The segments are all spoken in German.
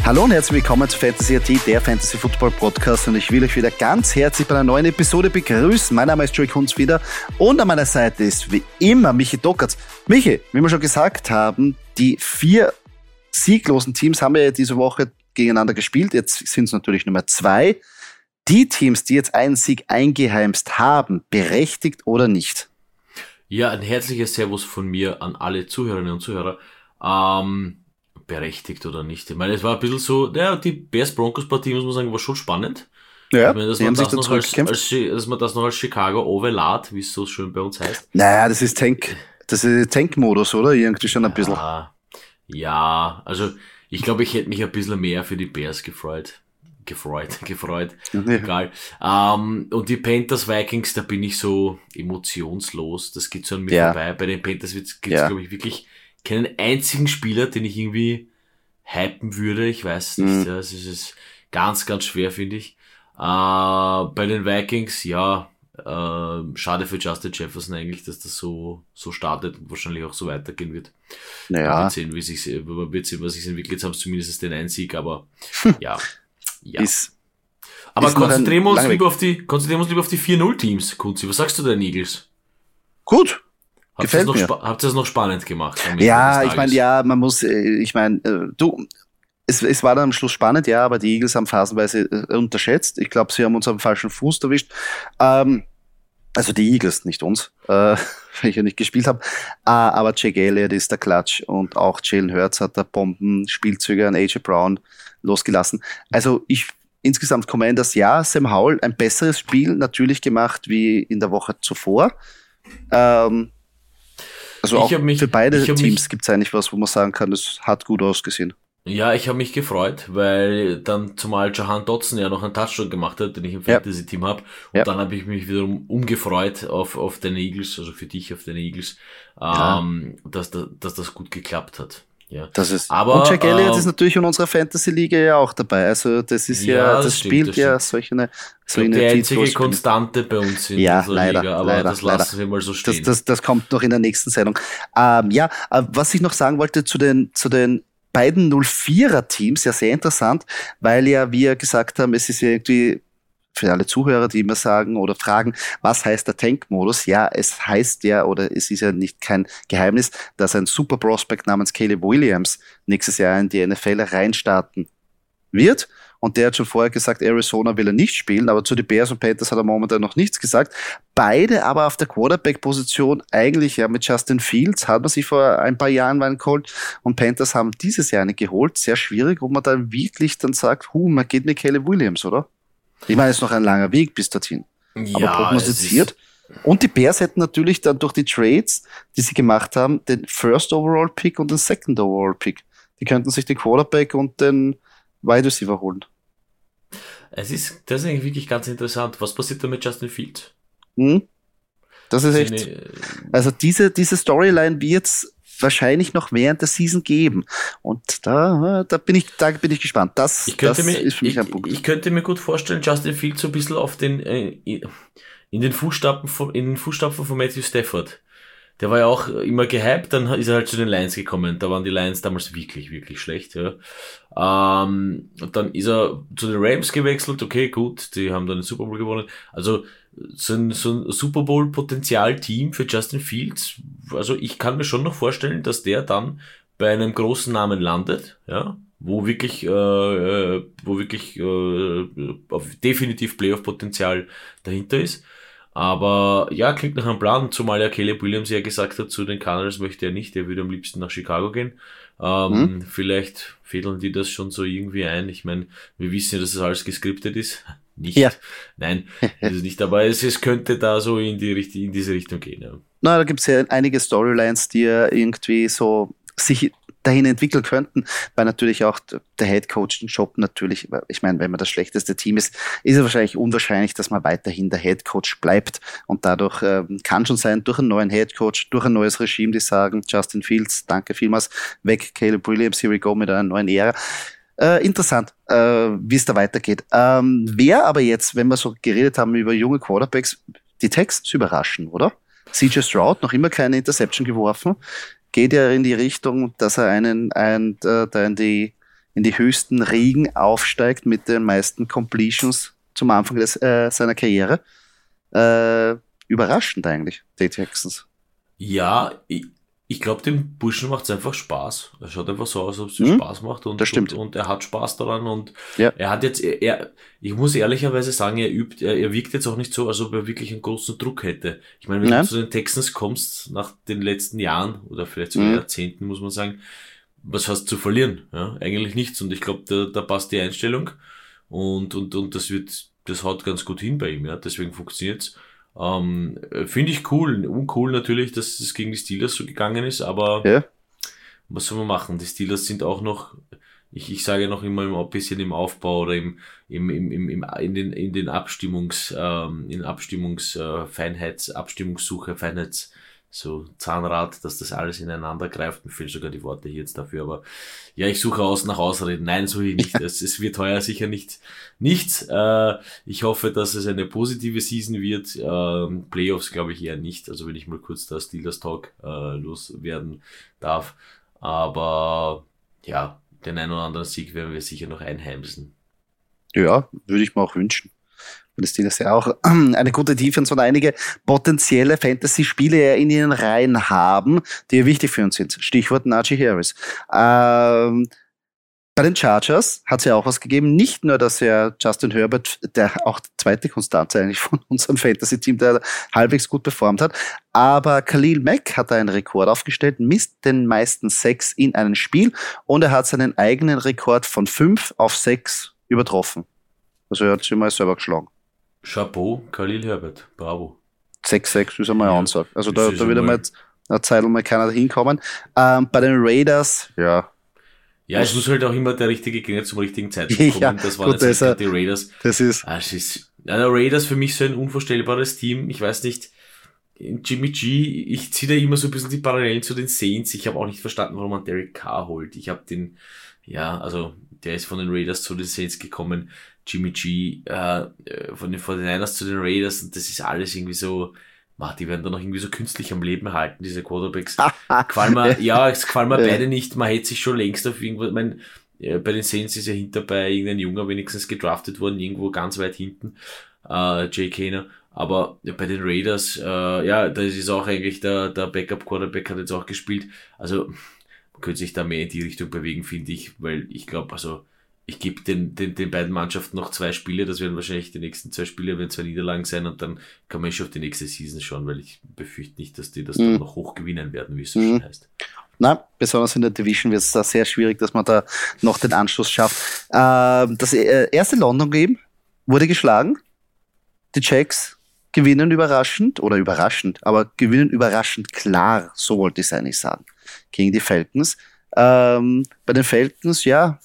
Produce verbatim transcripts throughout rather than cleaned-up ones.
Hallo und herzlich willkommen zu Fantasy Punkt at, der Fantasy Football Podcast, und ich will euch wieder ganz herzlich bei einer neuen Episode begrüßen. Mein Name ist Joey Kunz wieder und an meiner Seite ist wie immer Michi Dockertz. Michi, wie wir schon gesagt haben, die vier sieglosen Teams haben ja diese Woche gegeneinander gespielt. Jetzt sind es natürlich Nummer zwei. Die Teams, die jetzt einen Sieg eingeheimst haben, berechtigt oder nicht? Ja, ein herzliches Servus von mir an alle Zuhörerinnen und Zuhörer. Ähm, berechtigt oder nicht? Ich meine, es war ein bisschen so, ja, die Bears-Broncos-Partie, muss man sagen, war schon spannend. Ja, ich meine, dass die man haben das sich da noch als, zurückgekämpft. als, dass man das noch als Chicago overlad, wie es so schön bei uns heißt. Naja, das ist Tank, das ist Tank-Modus, oder? Irgendwie schon ein bisschen. Ja, ja, also ich glaube, ich hätte mich ein bisschen mehr für die Bears gefreut. Gefreut, gefreut, Ja. egal. Ähm, und die Panthers Vikings, da bin ich so emotionslos. Das geht so an mir Ja. vorbei. Bei den Panthers gibt es, Ja. glaube ich, wirklich keinen einzigen Spieler, den ich irgendwie hypen würde. Ich weiß es nicht. Mhm. Ja, es ist, es ist ganz, ganz schwer, finde ich. Äh, bei den Vikings, ja, äh, schade für Justin Jefferson eigentlich, dass das so, so startet und wahrscheinlich auch so weitergehen wird. Man Naja, wird sehen, wie sich, man wird sehen, was sich entwickelt. Jetzt haben sie zumindest den einen Sieg, aber ja. Ja. ist, Aber ist noch ein konzentrieren wir uns langer lieber auf die, konzentrieren wir uns lieber auf die vier null Teams, Kunzi. Was sagst du den Eagles? gut. Habt ihr Gefällt es noch, mir. spa- habt ihr es noch spannend gemacht? am Ende Ja, des ich meine, Tages? ja, man muss, äh, ich meine, äh, du, es, es war dann am Schluss spannend, ja, aber die Eagles haben phasenweise äh, unterschätzt. Ich glaube, sie haben uns am falschen Fuß erwischt. Ähm, also die Eagles, nicht uns, äh, weil ich ja nicht gespielt habe. Ah, aber Jake Elliott ist der Klatsch und auch Jalen Hurts hat da Bombenspielzüge an A J Brown losgelassen. Also ich insgesamt Commanders, ja, Sam Howell, ein besseres Spiel natürlich gemacht wie in der Woche zuvor. Ähm, also Ich auch hab mich- für beide ich hab Teams mich- gibt es eigentlich was, wo man sagen kann, das hat gut ausgesehen. Ja, ich habe mich gefreut, weil dann zumal Jahan Dotson ja noch einen Touchdown gemacht hat, den ich im Ja. Fantasy-Team habe. Und Ja. dann habe ich mich wiederum umgefreut auf, auf den Eagles, also für dich auf den Eagles, Ja. ähm, dass, da, dass das gut geklappt hat. Ja. Das ist, Aber, und Jack Elliott ähm, ist natürlich in unserer Fantasy-Liga ja auch dabei. Also das ist ja, Ja, das, das stimmt, spielt das ja stimmt. solche eine, Ich so glaub, eine die einzige Titelspiele. Konstante bei uns in Ja, unserer leider, Liga, aber leider, das lassen leider. wir mal so Das, stehen. das, das kommt noch in der nächsten Sendung. Ähm, ja, äh, was ich noch sagen wollte zu den, zu den beiden null vierer Teams, ja sehr interessant, weil ja wir gesagt haben, es ist ja irgendwie für alle Zuhörer, die immer sagen oder fragen, was heißt der Tank-Modus? Ja, es heißt ja, oder es ist ja nicht kein Geheimnis, dass ein Super Prospect namens Caleb Williams nächstes Jahr in die N F L reinstarten wird. Und der hat schon vorher gesagt, Arizona will er nicht spielen, aber zu den Bears und Panthers hat er momentan noch nichts gesagt. Beide aber auf der Quarterback-Position eigentlich, ja, mit Justin Fields hat man sich vor ein paar Jahren einen geholt und Panthers haben dieses Jahr einen geholt. Sehr schwierig, wo man dann wirklich dann sagt, hu, man geht mit Caleb Williams, oder? Ich meine, es ist noch ein langer Weg bis dorthin. Aber Ja, prognostiziert. Und die Bears hätten natürlich dann durch die Trades, die sie gemacht haben, den First Overall Pick und den Second Overall Pick. Die könnten sich den Quarterback und den Wide Receiver holen. es ist, das ist eigentlich wirklich ganz interessant. Was passiert da mit Justin Fields? Hm? Das ist echt. Seine- Also diese, diese Storyline wird es wahrscheinlich noch während der Season geben. Und da, da bin ich, da bin ich gespannt. Das, Ich könnte, das mir, ist für mich ich, ein Punkt. ich könnte mir gut vorstellen, Justin Fields so ein bisschen auf den, äh, in den Fußstapfen von, in den Fußstapfen von Matthew Stafford. Der war ja auch immer gehypt, dann ist er halt zu den Lions gekommen. Da waren die Lions damals wirklich, wirklich schlecht, ja. Ähm, und dann ist er zu den Rams gewechselt, okay, gut, die haben dann den Super Bowl gewonnen. Also, so ein, so ein Super Bowl-Potenzial-Team für Justin Fields, also ich kann mir schon noch vorstellen, dass der dann bei einem großen Namen landet, ja, wo wirklich, äh, äh, wo wirklich äh, auf definitiv Playoff-Potenzial dahinter ist. Aber ja, klingt nach einem Plan, zumal ja Caleb Williams ja gesagt hat, zu den Cardinals möchte er nicht, er würde am liebsten nach Chicago gehen. Ähm, Hm? Vielleicht fädeln die das schon so irgendwie ein. Ich meine, wir wissen ja, dass das alles geskriptet ist. Nicht. Ja. Nein, das ist nicht. Aber es, es könnte da so in die Richt- in diese Richtung gehen. Ja. Na, da gibt es ja einige Storylines, die ja irgendwie so sich dahin entwickeln könnten, weil natürlich auch der Headcoaching-Job natürlich, ich meine, wenn man das schlechteste Team ist, ist es wahrscheinlich unwahrscheinlich, dass man weiterhin der Headcoach bleibt und dadurch ähm, kann schon sein, durch einen neuen Headcoach, durch ein neues Regime, die sagen, Justin Fields, danke vielmals, weg, Caleb Williams, here we go mit einer neuen Ära. Äh, interessant, äh, wie es da weitergeht. Ähm, wer aber jetzt, wenn wir so geredet haben über junge Quarterbacks, die Texans überraschen, oder? C J Stroud, noch immer keine Interception geworfen, geht ja in die Richtung, dass er einen, einen äh, da in die in die höchsten Riegen aufsteigt mit den meisten Completions zum Anfang des, äh, seiner Karriere. Äh, überraschend eigentlich, die Texans. Ja, ich, ich glaube, dem Burschen macht es einfach Spaß. Er schaut einfach so aus, als ob es ihm Mhm. Spaß macht und, Das stimmt. und, und er hat Spaß daran und Ja. er hat jetzt, er, er, ich muss ehrlicherweise sagen, er übt, er, er wirkt jetzt auch nicht so, als ob er wirklich einen großen Druck hätte. Ich meine, wenn Nein. du zu den Texans kommst, nach den letzten Jahren oder vielleicht sogar Mhm. Jahrzehnten, muss man sagen, was hast du zu verlieren? Ja, eigentlich nichts und ich glaube, da, da passt die Einstellung und, und, und das wird, das haut ganz gut hin bei ihm, ja, deswegen funktioniert's. Ähm, finde ich cool. Uncool natürlich, dass es gegen die Steelers so gegangen ist, aber Ja. was soll man machen? Die Steelers sind auch noch, ich, ich sage noch immer ein bisschen im Aufbau oder im, im, im, im, im in den, in den Abstimmungs, ähm, in Abstimmungs, äh, Feinheits, Abstimmungssuche, Feinheits, so Zahnrad, dass das alles ineinander greift. Mir fehlen sogar die Worte hier jetzt dafür, aber ja, ich suche aus nach Ausreden. Nein, suche ich nicht. Es, es wird heuer sicher nicht nichts. Äh, ich hoffe, dass es eine positive Season wird. Ähm, Playoffs glaube ich eher nicht. Also wenn ich mal kurz da Steelers Talk äh, loswerden darf. Aber ja, den einen oder anderen Sieg werden wir sicher noch einheimsen. Ja, würde ich mir auch wünschen. Und das Steelers ja auch eine gute Defense und einige potenzielle Fantasy-Spiele in ihren Reihen haben, die wichtig für uns sind. Stichwort Najee Harris. Ähm, bei den Chargers hat es ja auch was gegeben. Nicht nur, dass ja Justin Herbert, der auch zweite Konstante eigentlich von unserem Fantasy-Team, der halbwegs gut performt hat, aber Khalil Mack hat einen Rekord aufgestellt, misst den meisten Sacks in einem Spiel und er hat seinen eigenen Rekord von fünf auf sechs übertroffen. Also er hat sich mal selber geschlagen. Chapeau, Khalil Herbert, bravo. sechs sechs ist einmal Ja, eine Ansage. Also da, das ist da wird einmal- einmal eine Zeit mal keiner hinkommen. Ähm, bei den Raiders, ja, Ja, es muss halt auch immer der richtige Gegner zum richtigen Zeitpunkt kommen. Ja, das waren gut, jetzt das, halt die Raiders. das ist, Ah, es ist, ja, der Raiders für mich so ein unvorstellbares Team. Ich weiß nicht, Jimmy G, ich ziehe da immer so ein bisschen die Parallelen zu den Saints. Ich habe auch nicht verstanden, warum man Derek Carr holt. Ich habe den, ja, also der ist von den Raiders zu den Saints gekommen. Jimmy G äh, von den forty-niners zu den Raiders und das ist alles irgendwie so, man, die werden da noch irgendwie so künstlich am Leben halten, diese Quarterbacks. Gefallen mir, ja, es gefallen mir Ja. beide nicht. Man hätte sich schon längst auf irgendwo, ich mein, ja, bei den Saints ist ja hinter bei irgendein Junger wenigstens gedraftet worden, irgendwo ganz weit hinten, äh, Jay Kaner. Aber ja, bei den Raiders, äh, ja, da ist auch eigentlich der, der Backup-Quarterback hat jetzt auch gespielt. Also, man könnte sich da mehr in die Richtung bewegen, finde ich, weil ich glaube, also, ich gebe den, den, den beiden Mannschaften noch zwei Spiele, das werden wahrscheinlich die nächsten zwei Spiele, werden zwei Niederlagen sein und dann kann man schon auf die nächste Season schauen, weil ich befürchte nicht, dass die das dann Mhm. noch hoch gewinnen werden, wie es so Mhm. schön heißt. Nein, besonders in der Division wird es da sehr schwierig, dass man da noch den Anschluss schafft. Ähm, das äh, erste London-Game wurde geschlagen. Die Jacks gewinnen überraschend, oder überraschend, aber gewinnen überraschend klar, so wollte ich es eigentlich sagen, gegen die Falcons. Ähm, bei den Falcons, ja,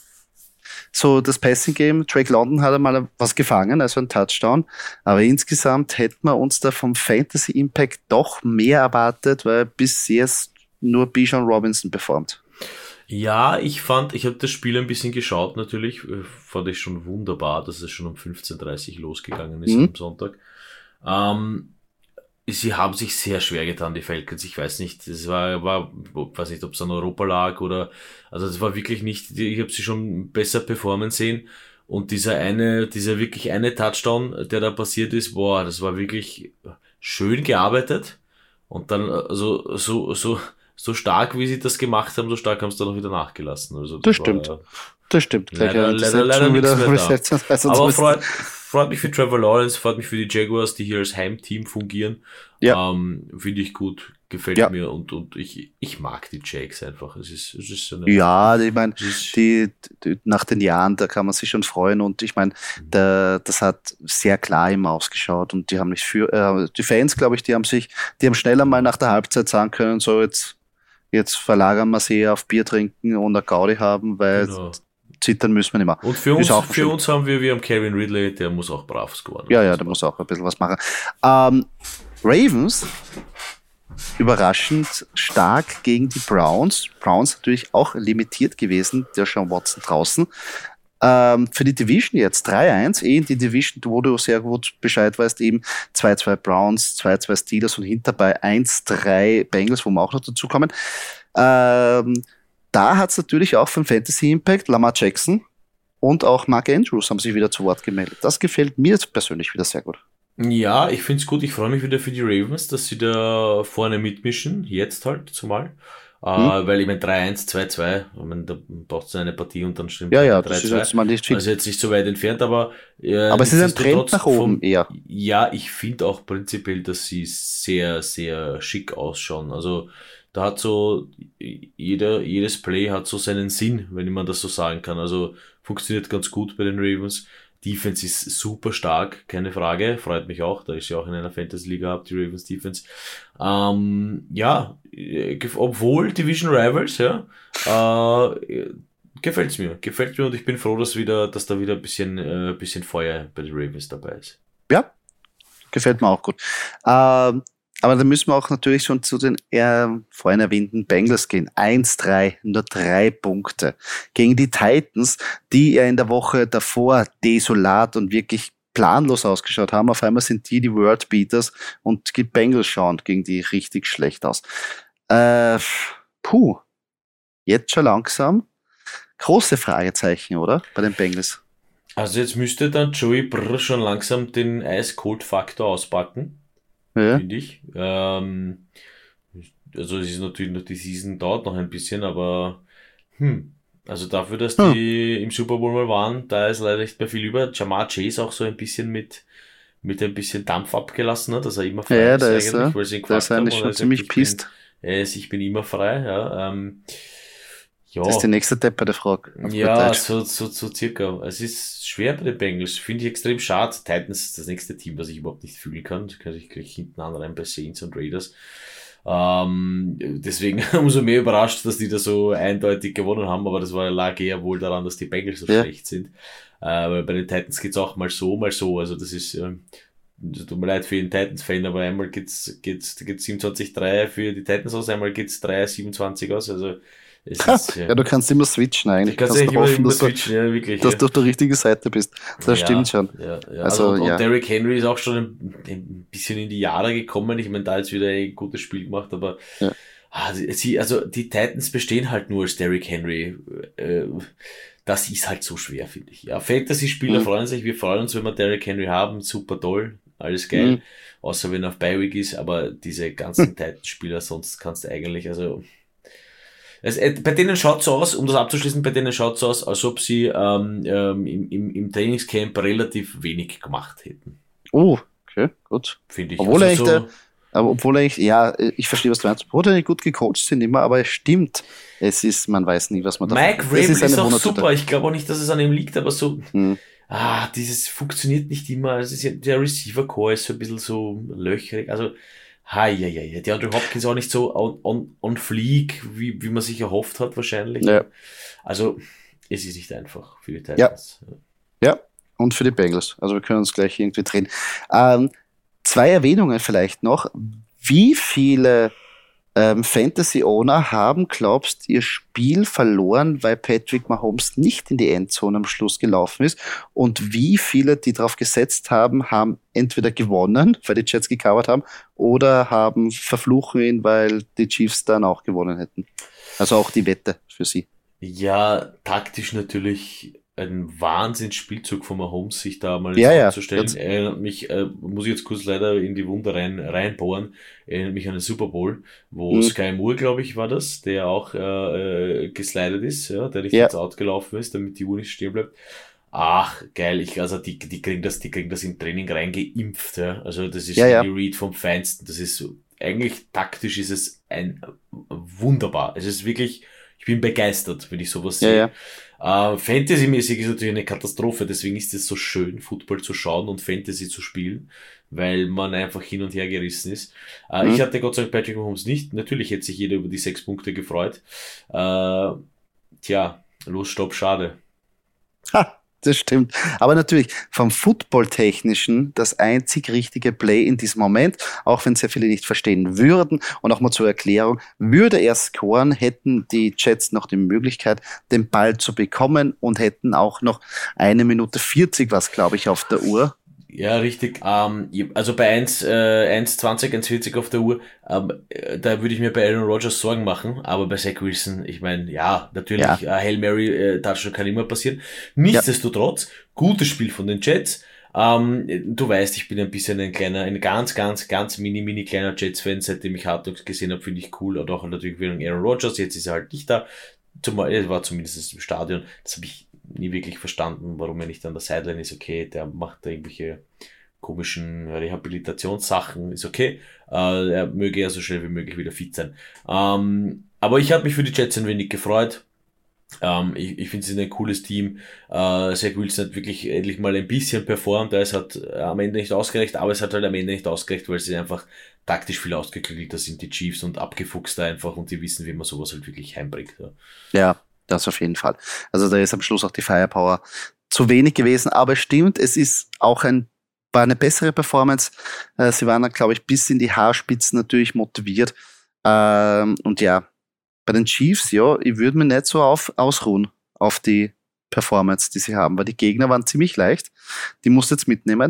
so das Passing-Game, Drake London hat einmal was gefangen, also ein Touchdown, aber insgesamt hätten wir uns da vom Fantasy-Impact doch mehr erwartet, weil bisher ist nur Bijan Robinson performt. Ja, ich fand, ich habe das Spiel ein bisschen geschaut natürlich, äh, fand ich schon wunderbar, dass es schon um fünfzehn Uhr dreißig losgegangen ist Mhm. am Sonntag. Ähm, sie haben sich sehr schwer getan, die Falcons. Ich weiß nicht, es war, war, weiß nicht, ob es an Europa lag oder, also das war wirklich nicht, ich habe sie schon besser performen sehen. Und dieser eine, dieser wirklich eine Touchdown, der da passiert ist, boah, das war wirklich schön gearbeitet. Und dann, also, so, so, so stark, wie sie das gemacht haben, so stark haben sie dann auch wieder nachgelassen. Also, Das war, stimmt. Das stimmt. Leider- Gleich eine leider- Interception leider nichts wieder mehr da. Reception, also Aber sonst- freut, freut mich für Trevor Lawrence, freut mich für die Jaguars, die hier als Heimteam fungieren. Ja. Ähm, finde ich gut, gefällt Ja. mir und, und ich, ich mag die Jags einfach. Es ist, es ist so eine, Ja, ich meine, es ist, die, die, nach den Jahren, da kann man sich schon freuen und ich meine, der, das hat sehr klar immer ausgeschaut und die haben nicht für, äh, die Fans, glaube ich, die haben sich, die haben schneller mal nach der Halbzeit sagen können, so jetzt, jetzt verlagern wir sie auf Bier trinken und eine Gaudi haben, weil genau. zittern müssen wir nicht mehr. Und für Ist uns, auch für schön. uns haben wir, wir haben Kevin Ridley, der muss auch brav scoren. Ja, ja, der muss auch ein bisschen was machen. Ähm, Ravens, überraschend stark gegen die Browns. Browns natürlich auch limitiert gewesen, der Sean Watson draußen. Ähm, für die Division jetzt drei eins, eh in die Division, wo du sehr gut Bescheid weißt, eben zwei zwei Browns, zwei zwei Steelers und hinterbei eins drei Bengals, wo wir auch noch dazu kommen. Ähm, da hat es natürlich auch vom Fantasy Impact Lamar Jackson und auch Mark Andrews haben sich wieder zu Wort gemeldet. Das gefällt mir persönlich wieder sehr gut. Ja, ich find's gut. Ich freue mich wieder für die Ravens, dass sie da vorne mitmischen. Jetzt halt zumal. Äh, Hm? weil ich meine drei eins, zwei zwei, ich mein, da braucht es eine Partie und dann stimmt Ja, ja, drei das ist zwei. jetzt mal nicht viel. Also jetzt nicht so weit entfernt, aber äh, Aber es ist ein Trend nichtsdestotrotz nach oben vom- eher. Ja, ich finde auch prinzipiell, dass sie sehr, sehr schick ausschauen. Also da hat so jeder, jedes Play hat so seinen Sinn, wenn man das so sagen kann. Also funktioniert ganz gut bei den Ravens. Defense ist super stark, keine Frage. Freut mich auch, da ich ja auch in einer Fantasy-Liga habe, die Ravens Defense. Ähm, ja, äh, gef- obwohl Division Rivals, ja, äh, gefällt's mir, gefällt mir und ich bin froh, dass wieder, dass da wieder ein bisschen, äh, bisschen Feuer bei den Ravens dabei ist. Ja, gefällt mir auch gut. Ähm, aber dann müssen wir auch natürlich schon zu den äh, vorhin erwähnten Bengals gehen. eins drei, nur drei Punkte. Gegen die Titans, die ja in der Woche davor desolat und wirklich planlos ausgeschaut haben. Auf einmal sind die die World Beaters und die Bengals schauen gegen die richtig schlecht aus. Äh, puh, jetzt schon langsam. Große Fragezeichen, oder? Bei den Bengals. Also jetzt müsste dann Joey Brr schon langsam den Ice-Cold-Faktor auspacken. Ja. Finde ich. Ähm, also es ist natürlich noch, die Season dauert noch ein bisschen, aber hm, also dafür, dass Hm. die im Super Bowl mal waren, da ist leider nicht mehr viel über. Jamar Chase auch so ein bisschen mit mit ein bisschen Dampf abgelassen hat, dass er immer frei Ja, ist da ist eigentlich, er. weil sie ihn Der gefragt ist haben eigentlich und er schon sagt, ziemlich ich bin, pisst. er ist, ich bin immer frei, ja. Ähm, ja. Das ist die nächste depperte Frage. auf gut Ja, Deutsch. so, so, so circa. Es ist schwer bei den Bengals. Finde ich extrem schade. Titans ist das nächste Team, das ich überhaupt nicht fühlen kann. Da kann ich gleich hinten an rein bei Saints und Raiders. Ähm, deswegen umso mehr überrascht, dass die da so eindeutig gewonnen haben, aber das war, lag eher wohl daran, dass die Bengals so Ja. schlecht sind. Äh, weil bei den Titans geht's auch mal so, mal so. Also das ist, ähm, das tut mir leid für den Titans-Fan, aber einmal geht's, geht's, geht's siebenundzwanzig drei für die Titans aus, einmal geht's drei siebenundzwanzig aus. Also es ist, Ja, du kannst immer switchen eigentlich. Du kannst Du eigentlich immer, hoffen, immer dass, du, switchen, ja, wirklich. dass ja. du auf der richtigen Seite bist. Das Ja, stimmt schon. Ja, ja. Also, Also, und, ja. und Derrick Henry ist auch schon ein, ein bisschen in die Jahre gekommen. Ich meine, da jetzt wieder ein gutes Spiel gemacht, aber Ja. ah, sie, also die Titans bestehen halt nur als Derrick Henry. Äh, das ist halt so schwer, finde ich. Ja, Fantasy-Spieler Mhm. freuen sich. Wir freuen uns, wenn wir Derrick Henry haben. Super toll. Alles geil. Mhm. Außer wenn er auf Bi-Week ist. Aber diese ganzen Titans-Spieler, sonst kannst du eigentlich, also, es, äh, bei denen schaut so aus, um das abzuschließen, bei denen schaut so aus, als ob sie ähm, ähm, im, im, im Trainingscamp relativ wenig gemacht hätten, Oh, okay, gut. finde ich. Obwohl er also echt, so, äh, Aber obwohl eigentlich, ja, ich verstehe, was du meinst, obwohl die gut gecoacht sind immer, aber es stimmt. Es ist, man weiß nie, was man da Mike es Vrabel ist, eine auch Wundertüte. super. Ich glaube auch nicht, dass es an ihm liegt, aber so, Hm. ah, dieses funktioniert nicht immer. Es ist ja, der Receiver-Core ist so ein bisschen so löcherig. Also, ha, ja, ja, ja. Der Andrew Hopkins auch nicht so on, on, on fleek, wie, wie man sich erhofft hat, wahrscheinlich. Ja. Also, es ist nicht einfach für die Titans. Ja, und für die Bengals. Also wir können uns gleich irgendwie drehen. Ähm, zwei Erwähnungen vielleicht noch. Wie viele ähm, Fantasy-Owner haben, glaubst, ihr Spiel verloren, weil Patrick Mahomes nicht in die Endzone am Schluss gelaufen ist? Und wie viele, die darauf gesetzt haben, haben entweder gewonnen, weil die Jets gecovert haben, oder haben verfluchen ihn, weil die Chiefs dann auch gewonnen hätten? Also auch die Wette für sie. Ja, taktisch natürlich ein Wahnsinnsspielzug von Mahomes, sich da mal Ja, ja, aufzustellen. ganz- Erinnert mich, äh, muss ich jetzt kurz leider in die Wunde rein, reinbohren, erinnert mich an den Super Bowl, wo Mhm. Sky Moore, glaube ich, war das, der auch äh, äh, geslidet ist, ja, der nicht Ja. ins Out gelaufen ist, damit die Uhr nicht stehen bleibt. Ach, geil, ich, also die, die kriegen das, die kriegen das im Training reingeimpft, ja. Also das ist Ja, ja. die Read vom Feinsten. Das ist so, eigentlich taktisch ist es ein wunderbar. Es ist wirklich, ich bin begeistert, wenn ich sowas Ja, sehe. ja. Äh, Fantasy-mäßig ist natürlich eine Katastrophe, deswegen ist es so schön, Football zu schauen und Fantasy zu spielen, weil man einfach hin und her gerissen ist. Äh, Mhm. Ich hatte Gott sei Dank Patrick Mahomes nicht. Natürlich hätte sich jeder über die sechs Punkte gefreut. Äh, tja, los, stopp, schade. Ha, das stimmt. Aber natürlich vom Football-Technischen das einzig richtige Play in diesem Moment, auch wenn sehr viele nicht verstehen würden. Und auch mal zur Erklärung, würde er scoren, hätten die Jets noch die Möglichkeit, den Ball zu bekommen und hätten auch noch eine Minute vierzig was, glaube ich, auf der Uhr. Ja, richtig. Ähm, also bei eins, äh, eins zwanzig, eins vierzig auf der Uhr, ähm, äh, da würde ich mir bei Aaron Rodgers Sorgen machen, aber bei Zach Wilson, ich meine, ja, natürlich, Ja, äh, Hail Mary, äh, Touchdown kann immer passieren. ja, Nichtsdestotrotz, gutes Spiel von den Jets. Ähm, du weißt, ich bin ein bisschen ein kleiner, ein ganz, ganz, ganz mini, mini kleiner Jets-Fan, seitdem ich Hard Knocks gesehen habe, finde ich cool. Und auch natürlich wegen Aaron Rodgers, jetzt ist er halt nicht da. Zumal, er war zumindest im Stadion. Das habe ich nie wirklich verstanden, warum er nicht an der Sideline ist. Okay, der macht da irgendwelche komischen Rehabilitationssachen, ist okay. Äh, er möge ja so schnell wie möglich wieder fit sein. Ähm, aber ich habe mich für die Jets ein wenig gefreut. Ähm, ich ich finde, sie sind ein cooles Team. Äh, Zach Wilson hat wirklich endlich mal ein bisschen performt. Er ist halt äh, am Ende nicht ausgereicht, aber es hat halt am Ende nicht ausgereicht, weil sie einfach taktisch viel ausgeklügelter sind, die Chiefs, und abgefuchster einfach, und die wissen, wie man sowas halt wirklich heimbringt. Ja. ja, das auf jeden Fall. Also da ist am Schluss auch die Firepower zu wenig gewesen, aber es stimmt, es ist auch ein, war eine bessere Performance. Äh, sie waren dann, glaube ich, bis in die Haarspitzen natürlich motiviert. Ähm, und ja, bei den Chiefs, ja, ich würde mir nicht so auf, ausruhen auf die Performance, die sie haben, weil die Gegner waren ziemlich leicht. Die musst du jetzt mitnehmen.